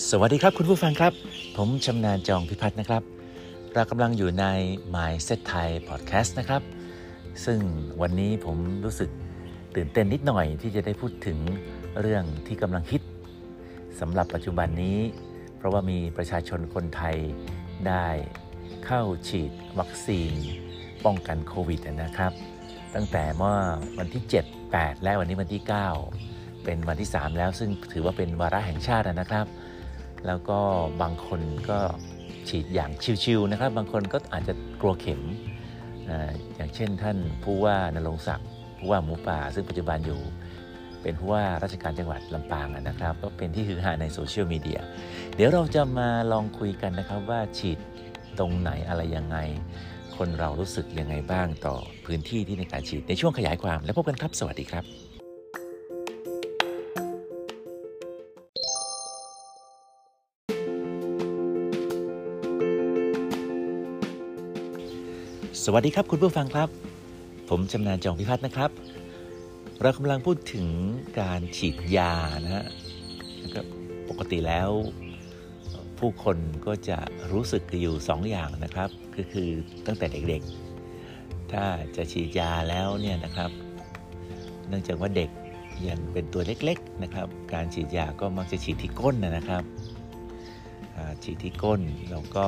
สวัสดีครับคุณผู้ฟังครับผมชำนาญจองพิพัฒน์นะครับเรากำลังอยู่ใน Mindset Thai Podcast นะครับซึ่งวันนี้ผมรู้สึกตื่นเต้นนิดหน่อยที่จะได้พูดถึงเรื่องที่กำลังฮิตสำหรับปัจจุบันนี้เพราะว่ามีประชาชนคนไทยได้เข้าฉีดวัคซีนป้องกันโควิดนะครับตั้งแต่เมื่อวันที่ 7, 8 และวันนี้วันที่ 9 เป็นวันที่ 3 แล้วซึ่งถือว่าเป็นวาระแห่งชาตินะครับแล้วก็บางคนก็ฉีดอย่างชิวๆนะครับบางคนก็อาจจะกลัวเข็มอย่างเช่นท่านผู้ว่านรงค์ศักดิ์ผู้ว่าหมูป่าซึ่งปัจจุบันอยู่เป็นผู้ว่าราชการจังหวัดลำปางนะครับก็เป็นที่ฮือฮาในโซเชียลมีเดียเดี๋ยวเราจะมาลองคุยกันนะครับว่าฉีดตรงไหนอะไรยังไงคนเรารู้สึกยังไงบ้างต่อพื้นที่ที่ในการฉีดในช่วงขยายความแล้วพบกันครับสวัสดีครับสวัสดีครับคุณผู้ฟังครับผมชำนาญจองพิพัฒน์นะครับเรากำลังพูดถึงการฉีดยานะฮะปกติแล้วผู้คนก็จะรู้สึกอยู่2 อย่างนะครับคือตั้งแต่เด็กๆถ้าจะฉีดยาแล้วเนี่ยนะครับเนื่องจากว่าเด็กยังเป็นตัวเล็กๆนะครับการฉีดยาก็มักจะฉีดที่ก้นนะครับฉีดที่ก้นแล้วก็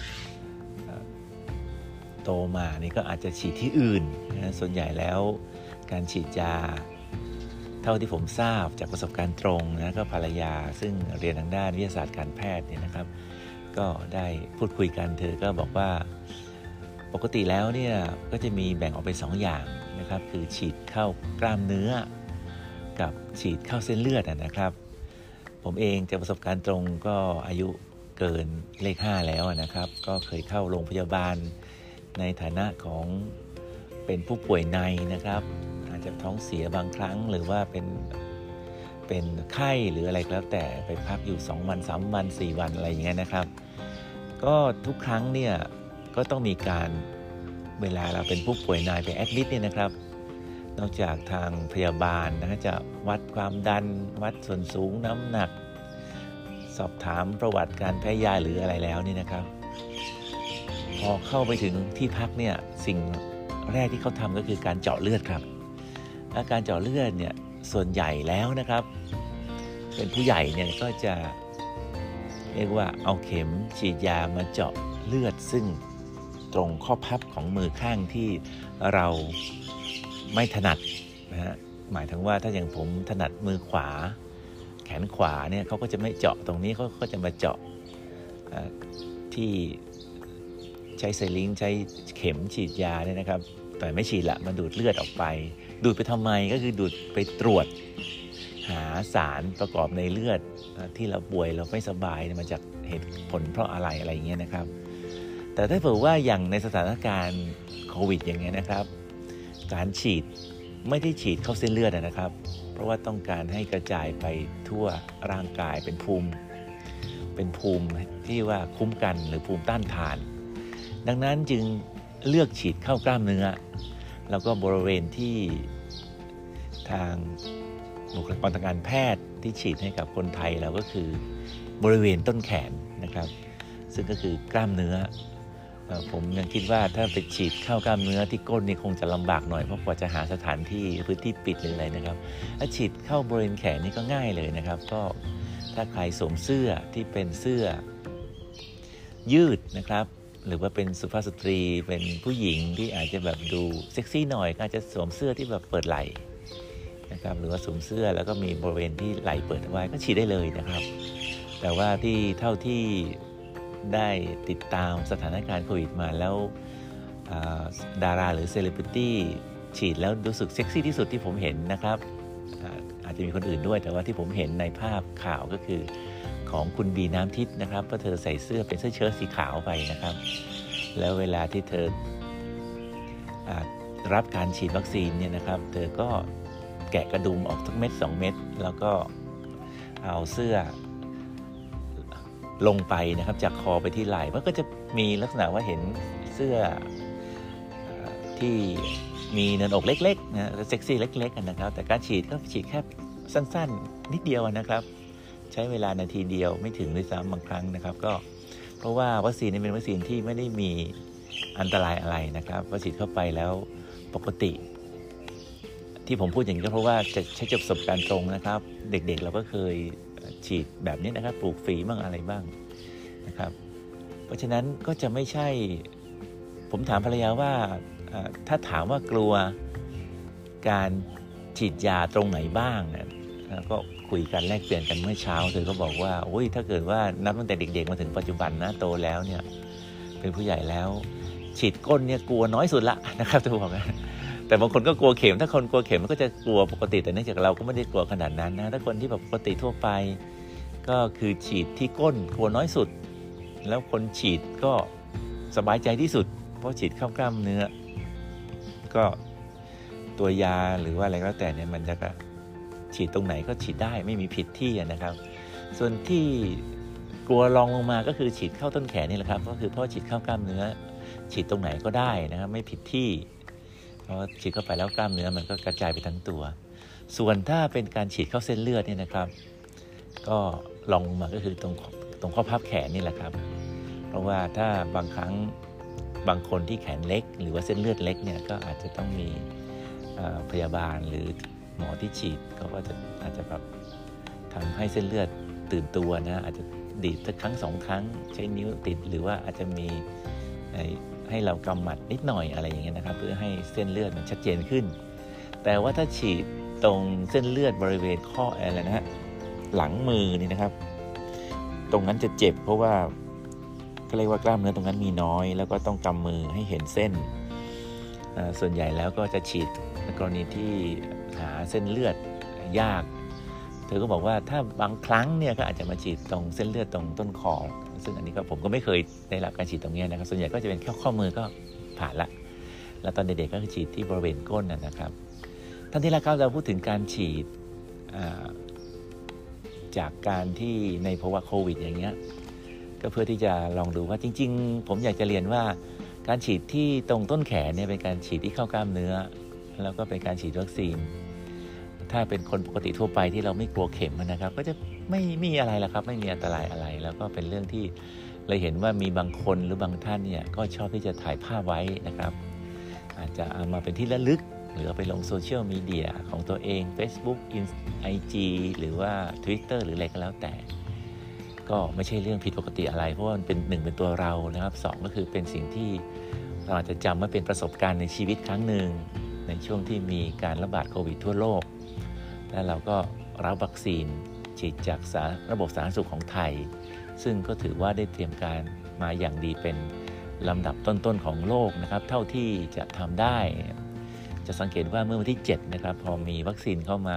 โตมานี่ก็อาจจะฉีดที่อื่นนะส่วนใหญ่แล้วการฉีดยาเท่าที่ผมทราบจากประสบการณ์ตรงนะก็ภรรยาซึ่งเรียนทางด้านวิทยาศาสตร์การแพทย์เนี่ยนะครับก็ได้พูดคุยกันเธอก็บอกว่าปกติแล้วเนี่ยก็จะมีแบ่งออกเป็น2 อย่างนะครับคือฉีดเข้ากล้ามเนื้อกับฉีดเข้าเส้นเลือดนะครับผมเองจากประสบการณ์ตรงก็อายุเกินเลข 5แล้วนะครับก็เคยเข้าโรงพยาบาลในฐานะของเป็นผู้ป่วยในนะครับอาจจะท้องเสียบางครั้งหรือว่าเป็นไข้หรืออะไรก็แล้วแต่ไปพักอยู่2 วัน 3 วัน 4 วันอะไรอย่างเงี้ยนะครับก็ทุกครั้งเนี่ยก็ต้องมีการเวลาเราเป็นผู้ป่วยในไปแอดมิดเนี่ยนะครับนอกจากทางพยาบาลนะจะวัดความดันวัดส่วนสูงน้ำหนักสอบถามประวัติการแพ้ยาหรืออะไรแล้วนี่นะครับพอเข้าไปถึงที่พักเนี่ยสิ่งแรกที่เขาทำก็คือการเจาะเลือดครับและการเจาะเลือดเนี่ยส่วนใหญ่แล้วนะครับเป็นผู้ใหญ่เนี่ยก็จะเรียกว่าเอาเข็มฉีดยามาเจาะเลือดซึ่งตรงข้อพับของมือข้างที่เราไม่ถนัดนะฮะหมายถึงว่าถ้าอย่างผมถนัดมือขวาแขนขวาเนี่ยเขาก็จะไม่เจาะตรงนี้เขาก็จะมาเจาะที่ใช้ไซลิงใช้เข็มฉีดยาเนี่ยนะครับแต่ไม่ฉีดละมาดูดเลือดออกไปดูดไปทำไมก็คือดูดไปตรวจหาสารประกอบในเลือดที่เราป่วยเราไม่สบายมาจากเหตุผลเพราะอะไรอย่างเงี้ยนะครับแต่ถ้าเผื่อว่าอย่างในสถานการณ์โควิดอย่างเงี้ยนะครับการฉีดไม่ได้ฉีดเข้าเส้นเลือดนะครับเพราะว่าต้องการให้กระจายไปทั่วร่างกายเป็นภูมิที่ว่าคุ้มกันหรือภูมิต้านทานดังนั้นจึงเลือกฉีดเข้ากล้ามเนื้อแล้วก็บริเวณที่ทางบุคลากรทางการแพทย์ที่ฉีดให้กับคนไทยเราก็คือบริเวณต้นแขนนะครับซึ่งก็คือกล้ามเนื้อผมยังคิดว่าถ้าไปฉีดเข้ากล้ามเนื้อที่ก้นนี่คงจะลำบากหน่อยเพราะกว่าจะหาสถานที่พื้นที่ปิดหรืออะไรนะครับถ้าฉีดเข้าบริเวณแขนนี่ก็ง่ายเลยนะครับก็ถ้าใครสวมเสื้อที่เป็นเสื้อยืดนะครับหรือว่าเป็นสุภาพสตรีเป็นผู้หญิงที่อาจจะแบบดูเซ็กซี่หน่อยก็อาจจะสวมเสื้อที่แบบเปิดไหล่นะครับหรือว่าสวมเสื้อแล้วก็มีบริเวณที่ไหล่เปิดไว้ก็ฉีดได้เลยนะครับแต่ว่าที่เท่าที่ได้ติดตามสถานการณ์โควิดมาแล้วดาราหรือเซเลบริตี้ฉีดแล้วรู้สึกเซ็กซี่ที่สุดที่ผมเห็นนะครับอาจจะมีคนอื่นด้วยแต่ว่าที่ผมเห็นในภาพข่าวก็คือของคุณบีน้ำทิพย์นะครับเพราะเธอใส่เสื้อเป็นเสื้อเชิ้ตสีขาวไปนะครับแล้วเวลาที่เธอรับการฉีดวัคซีนเนี่ยนะครับเธอก็แกะกระดุมออกสักเม็ด2 เม็ดแล้วก็เอาเสื้อลงไปนะครับจากคอไปที่ไหล่มันก็จะมีลักษณะว่าเห็นเสื้อที่มีเนินอกเล็กๆนะเซ็กซี่เล็กๆกันนะครับแต่การฉีดก็ฉีดแค่สั้นๆนิดเดียวนะครับใช้เวลานาทีเดียวไม่ถึงด้วยซ้ำบางครั้งนะครับก็เพราะว่าวัคซีนนี้เป็นวัคซีนที่ไม่ได้มีอันตรายอะไรนะครับพอฉีดเข้าไปแล้วปกติที่ผมพูดอย่างนี้ก็เพราะว่าจะใช้ประสบการณ์ตรงนะครับเด็กๆเราก็เคยฉีดแบบนี้นะครับปลูกฝีบ้างอะไรบ้างนะครับเพราะฉะนั้นก็จะไม่ใช่ผมถามภรรยาว่าถ้าถามว่ากลัวการฉีดยาตรงไหนบ้างนะก็คุยกันแลกเปลี่ยนกันเมื่อเช้าเธอก็บอกว่าโอ้ยถ้าเกิดว่านับตั้งแต่เด็กๆมาถึงปัจจุบันนะโตแล้วเนี่ยเป็นผู้ใหญ่แล้วฉีดก้นเนี่ยกลัวน้อยสุดละนะครับเธอบอกนะแต่บางคนก็กลัวเข็มถ้าคนกลัวเข็มมันก็จะกลัวปกติแต่เนื่องจากเราก็ไม่ได้กลัวขนาดนั้นนะถ้าคนที่แบบปกติทั่วไปก็คือฉีดที่ก้นกลัวน้อยสุดแล้วคนฉีดก็สบายใจที่สุดเพราะฉีดเข้ากล้ามเนื้อก็ตัวยาหรือว่าอะไรก็แล้วแต่เนี่ยมันจะฉีดตรงไหนก็ฉีดได้ไม่มีผิดที่นะครับส่วนที่กลัวรองลงมาก็คือฉีดเข้าต้นแขนนี่แหละครับก็คือเพราะฉีดเข้ากล้ามเนื้อฉีดตรงไหนก็ได้นะครับไม่ผิดที่เพราะฉีดเข้าไปแล้วกล้ามเนื้อมันก็กระจายไปทั้งตัวส่วนถ้าเป็นการฉีดเข้าเส้นเลือดเนี่ยนะครับก็รองลงมาก็คือตรงข้อพับแขนนี่แหละครับเพราะว่าถ้าบางครั้งบางคนที่แขนเล็กหรือว่าเส้นเลือดเล็กเนี่ยก็อาจจะต้องมีพยาบาลหรือหมอที่ฉีดเขาก็อาจจะแบบทำให้เส้นเลือดตื่นตัวนะอาจจะดีดสักครั้ง2 ครั้งใช้นิ้วติดหรือว่าอาจจะมีให้เรากำหมัดนิดหน่อยอะไรอย่างเงี้ยนะครับเพื่อให้เส้นเลือดมันชัดเจนขึ้นแต่ว่าถ้าฉีดตรงเส้นเลือดบริเวณข้ออะไรนะฮะหลังมือนี่นะครับตรงนั้นจะเจ็บเพราะว่าก็เรียกว่ากล้ามเนื้อตรงนั้นมีน้อยแล้วก็ต้องกำมือให้เห็นเส้นส่วนใหญ่แล้วก็จะฉีดในกรณีที่หาเส้นเลือดยากเธอก็บอกว่าถ้าบางครั้งเนี่ยก็อาจจะมาฉีดตรงเส้นเลือดตรงต้นคอซึ่งอันนี้ก็ผมก็ไม่เคยได้รับการฉีดตรงนี้นะครับส่วนใหญ่ก็จะเป็นแค่ข้อมือก็ผ่านละแล้วตอนเด็กๆก็คือฉีดที่บริเวณก้นนะครับท่านที่รักครับเราพูดถึงการฉีดจากการที่ในภาวะโควิดอย่างเงี้ยก็เพื่อที่จะลองดูว่าจริงๆผมอยากจะเรียนว่าการฉีดที่ตรงต้นแขนเนี่ยเป็นการฉีดที่เข้ากล้ามเนื้อแล้วก็เป็นการฉีดวัคซีนถ้าเป็นคนปกติทั่วไปที่เราไม่กลัวเข็มนะครับก็จะไม่มีอะไรละครับไม่มีอันตรายอะไรแล้วก็เป็นเรื่องที่เราเห็นว่ามีบางคนหรือบางท่านเนี่ยก็ชอบที่จะถ่ายภาพไว้นะครับอาจจะเอามาเป็นที่ระลึกหรือเอาไปลงโซเชียลมีเดียของตัวเอง Facebook IG หรือว่า Twitter หรืออะไรก็แล้วแต่ก็ไม่ใช่เรื่องผิดปกติอะไรเพราะว่ามันเป็น1เป็นตัวเรานะครับ2ก็คือเป็นสิ่งที่เราอาจจะจำว่าเป็นประสบการณ์ในชีวิตครั้งหนึ่งในช่วงที่มีการระบาดโควิดทั่วโลกและเราก็รับวัคซีนฉีดจากระบบสาธารณสุขของไทยซึ่งก็ถือว่าได้เตรียมการมาอย่างดีเป็นลำดับต้นๆของโลกนะครับเท่าที่จะทำได้จะสังเกตว่าเมื่อวันที่7นะครับพอมีวัคซีนเข้ามา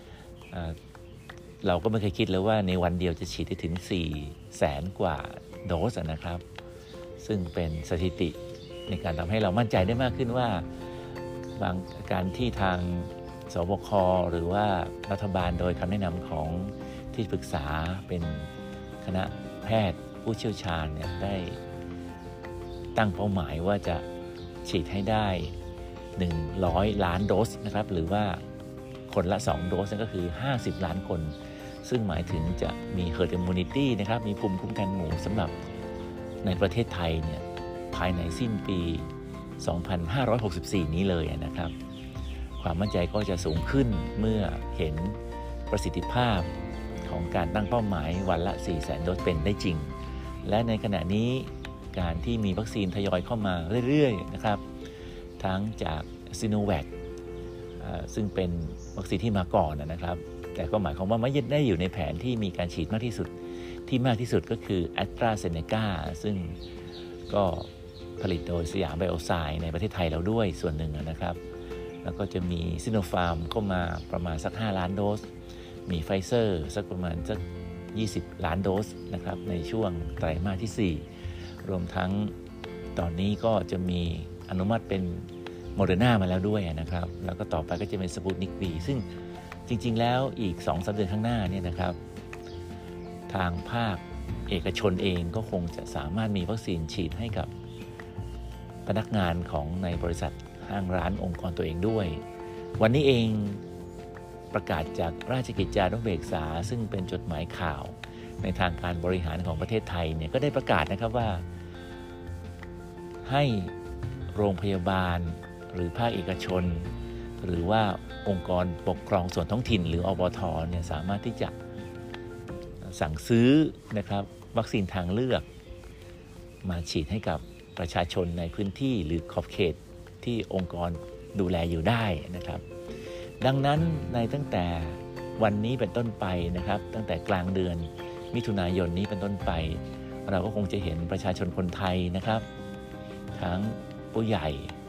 เราก็ไม่เคยคิดเลยว่าในวันเดียวจะฉีดได้ถึง 400,000 กว่าโดสนะครับซึ่งเป็นสถิติในการทำให้เรามั่นใจได้มากขึ้นว่าบางการที่ทางสบคหรือว่ารัฐบาลโดยคำแนะนำของที่ปรึกษาเป็นคณะแพทย์ผู้เชี่ยวชาญเนี่ยได้ตั้งเป้าหมายว่าจะฉีดให้ได้100 ล้านโดสนะครับหรือว่าคนละ2โดสนั่นก็คือ50 ล้านคนซึ่งหมายถึงจะมี herd immunity นะครับมีภูมิคุ้มกันหมู่สำหรับในประเทศไทยเนี่ยภายในสิ้นปี 2564 นี้เลยนะครับความมั่นใจก็จะสูงขึ้นเมื่อเห็นประสิทธิภาพของการตั้งเป้าหมายวันละ 400,000 โดสเป็นได้จริงและในขณะนี้การที่มีวัคซีนทยอยเข้ามาเรื่อยๆนะครับทั้งจากซิโนแวคซึ่งเป็นวัคซีนที่มาก่อนนะครับแต่ก็หมายความว่าไม่ได้อยู่ในแผนที่มีการฉีดมากที่สุดก็คือ AstraZeneca ซึ่งก็ผลิตโดยสยามไบโอไซน์ในประเทศไทยเราด้วยส่วนหนึ่งนะครับแล้วก็จะมีซิโนฟาร์มเข้ามาประมาณสัก5 ล้านโดสมีไฟเซอร์สักประมาณสัก20 ล้านโดสนะครับในช่วงไตรมาสที่4รวมทั้งตอนนี้ก็จะมีอนุมัติเป็นโมเดอร์นามาแล้วด้วยนะครับแล้วก็ต่อไปก็จะเป็นสปุตนิก V ซึ่งจริงๆแล้วอีก 2-3 เดือนข้างหน้าเนี่ยนะครับทางภาคเอกชนเองก็คงจะสามารถมีวัคซีนฉีดให้กับพนักงานของในบริษัทห้างร้านองค์กรตัวเองด้วยวันนี้เองประกาศจากราชกิจจานุเบกษาซึ่งเป็นจดหมายข่าวในทางการบริหารของประเทศไทยเนี่ยก็ได้ประกาศนะครับว่าให้โรงพยาบาลหรือภาคเอกชนหรือว่าองค์กรปกครองส่วนท้องถิ่นหรืออบท.เนี่ยสามารถที่จะสั่งซื้อนะครับวัคซีนทางเลือกมาฉีดให้กับประชาชนในพื้นที่หรือขอบเขตที่องค์กรดูแลอยู่ได้นะครับดังนั้นในตั้งแต่วันนี้เป็นต้นไปนะครับตั้งแต่กลางเดือนมิถุนายนนี้เป็นต้นไปเราก็คงจะเห็นประชาชนคนไทยนะครับทั้งผู้ใหญ่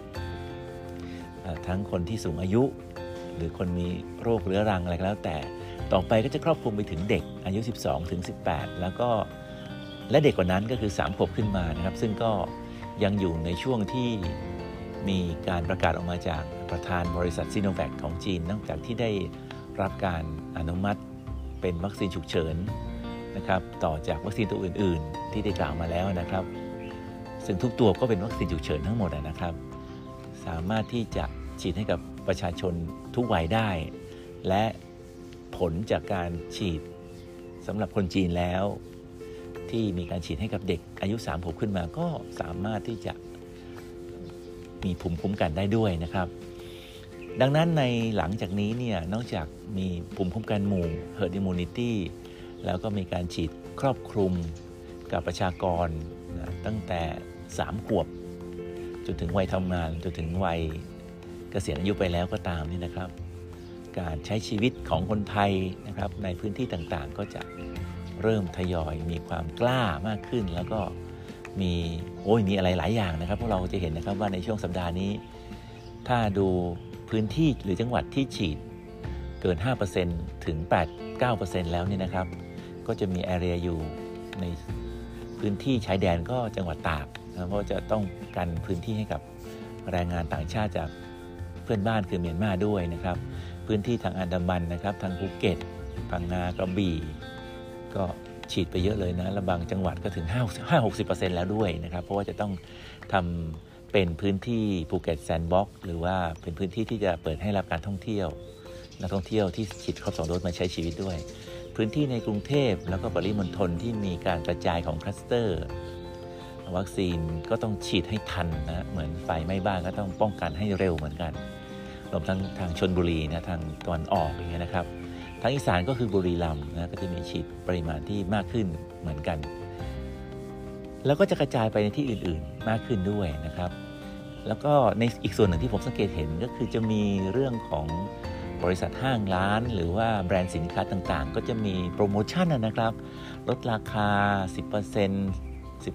ทั้งคนที่สูงอายุหรือคนมีโรคเรื้อรังอะไรก็แล้วแต่ต่อไปก็จะครอบคลุมไปถึงเด็กอายุ12ถึง18แล้วก็และเด็กกว่านั้นก็คือ3 ขวบขึ้นมานะครับซึ่งก็ยังอยู่ในช่วงที่มีการประกาศออกมาจากประธานบริษัทซิโนแวคของจีนนอกจากที่ได้รับการอนุมัติเป็นวัคซีนฉุกเฉินนะครับต่อจากวัคซีนตัวอื่นๆที่ได้กล่าวมาแล้วนะครับซึ่งทุกตัวก็เป็นวัคซีนฉุกเฉินทั้งหมดนะครับสามารถที่จะฉีดให้กับประชาชนทุกวัยได้และผลจากการฉีดสำหรับคนจีนแล้วที่มีการฉีดให้กับเด็กอายุ3 ขวบขึ้นมาก็สามารถที่จะมีภูมิคุ้มกันได้ด้วยนะครับดังนั้นในหลังจากนี้เนี่ยนอกจากมีภูมิคุ้มกันหมู่ herd immunity แล้วก็มีการฉีดครอบคลุมกับประชากรตั้งแต่3 ขวบจนถึงวัยทำงานจนถึงวัยเกษียณอายุไปแล้วก็ตามนี่นะครับการใช้ชีวิตของคนไทยนะครับในพื้นที่ต่างๆก็จะเริ่มทยอยมีความกล้ามากขึ้นแล้วก็มีอะไรหลายอย่างนะครับพวกเราจะเห็นนะครับว่าในช่วงสัปดาห์นี้ถ้าดูพื้นที่หรือจังหวัดที่ฉีดเกิน 5% ถึง 8-9% แล้วนี่นะครับก็จะมีแอเรียอยู่ในพื้นที่ชายแดนก็จังหวัดตากนะเพราะจะต้องกันพื้นที่ให้กับแรงงานต่างชาติจากเพื่อนบ้านคือเมียนมาด้วยนะครับพื้นที่ทางอันดามันนะครับทางภูเก็ตพังงากระบี่ก็ฉีดไปเยอะเลยนะและบางจังหวัดก็ถึง 5-60% แล้วด้วยนะครับเพราะว่าจะต้องทำเป็นพื้นที่ภูเก็ตแซนด์บ็อกซ์หรือว่าเป็นพื้นที่ที่จะเปิดให้รับการท่องเที่ยวนักท่องเที่ยวที่ฉีดครบ2 โดสมาใช้ชีวิตด้วยพื้นที่ในกรุงเทพแล้วก็ปริมณฑลที่มีการกระจายของคลัสเตอร์วัคซีนก็ต้องฉีดให้ทันนะเหมือนไฟไหม้บ้านก็ต้องป้องกันให้เร็วเหมือนกันรวมทั้งทางชลบุรีนะทางตะวันออกอย่างเงี้ยนะครับทางอีสานก็คือบุรีรัมย์นะก็จะมีฉีดปริมาณที่มากขึ้นเหมือนกันแล้วก็จะกระจายไปในที่อื่นๆมากขึ้นด้วยนะครับแล้วก็ในอีกส่วนหนึ่งที่ผมสังเกตเห็นก็คือจะมีเรื่องของบริษัทห้างร้านหรือว่าแบรนด์สินค้าต่างๆก็จะมีโปรโมชั่นนะครับลดราคา 10%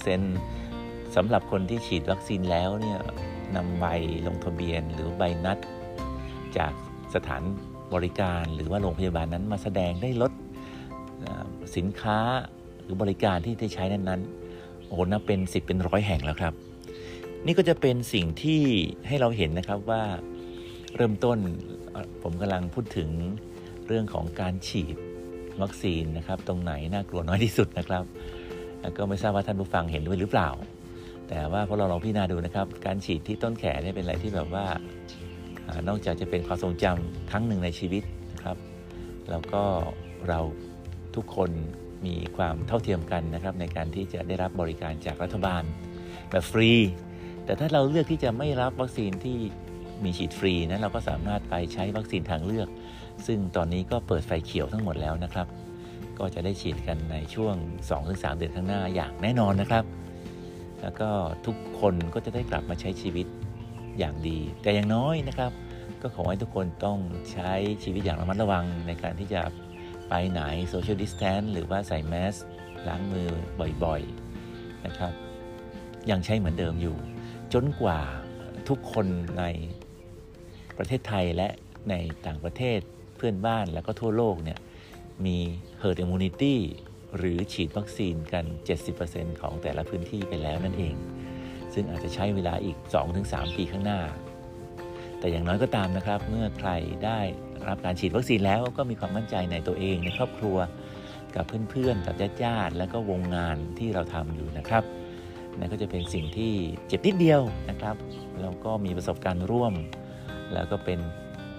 15% สำหรับคนที่ฉีดวัคซีนแล้วเนี่ยนำใบลงทะเบียนหรือใบนัดจากสถานบริการหรือว่าโรงพยาบาลนั้นมาแสดงได้ลดสินค้าหรือบริการที่ได้ใช้นั้นๆโอ้โหนับเป็น10เป็น100แห่งแล้วครับนี่ก็จะเป็นสิ่งที่ให้เราเห็นนะครับว่าเริ่มต้นผมกำลังพูดถึงเรื่องของการฉีดวัคซีนนะครับตรงไหนน่ากลัวน้อยที่สุดนะครับแล้วก็ไม่ทราบว่าท่านผู้ฟังเห็นด้วยหรือเปล่าแต่ว่าพอเราลองพิจารณาดูนะครับการฉีดที่ต้นแขนนี่เป็นอะไรที่แบบว่านอกจากจะเป็นความทรงจำครั้งหนึ่งในชีวิตนะครับแล้วก็เราทุกคนมีความเท่าเทียมกันนะครับในการที่จะได้รับบริการจากรัฐบาลแบบฟรีแต่ถ้าเราเลือกที่จะไม่รับวัคซีนที่มีฉีดฟรีนะเราก็สามารถไปใช้วัคซีนทางเลือกซึ่งตอนนี้ก็เปิดไฟเขียวทั้งหมดแล้วนะครับก็จะได้ฉีดกันในช่วง 2-3 เดือนข้างหน้าอย่างแน่นอนนะครับแล้วก็ทุกคนก็จะได้กลับมาใช้ชีวิตอย่างดีแต่อย่างน้อยนะครับก็ขอให้ทุกคนต้องใช้ชีวิตอย่างระมัดระวังในการที่จะไปไหน social distance หรือว่าใส่แมสล้างมือบ่อยๆนะครับยังใช้เหมือนเดิมอยู่จนกว่าทุกคนในประเทศไทยและในต่างประเทศเพื่อนบ้านแล้วก็ทั่วโลกเนี่ยมี herd immunity หรือฉีดวัคซีนกัน 70% ของแต่ละพื้นที่ไปแล้วนั่นเองซึ่งอาจจะใช้เวลาอีก 2-3 ปีข้างหน้าแต่อย่างน้อยก็ตามนะครับเมื่อใครได้รับการฉีดวัคซีนแล้วก็มีความมั่นใจในตัวเองในครอบครัวกับเพื่อนๆกับญาติๆแล้วก็วงงานที่เราทำอยู่นะครับนั่นก็จะเป็นสิ่งที่เจ็บนิดเดียวนะครับแล้วก็มีประสบการณ์ร่วมแล้วก็เป็น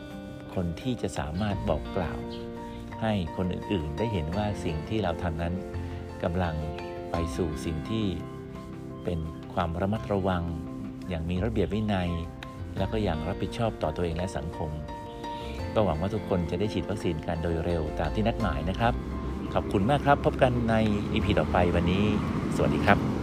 คนที่จะสามารถบอกกล่าวให้คนอื่นๆได้เห็นว่าสิ่งที่เราทำนั้นกำลังไปสู่สิ่งที่เป็นความระมัดระวังอย่างมีระเบียบวินัยแล้วก็อย่างรับผิดชอบต่อตัวเองและสังคมก็หวังว่าทุกคนจะได้ฉีดวัคซีนกันโดยเร็วตามที่นัดหมายนะครับขอบคุณมากครับพบกันใน EP ต่อไปวันนี้สวัสดีครับ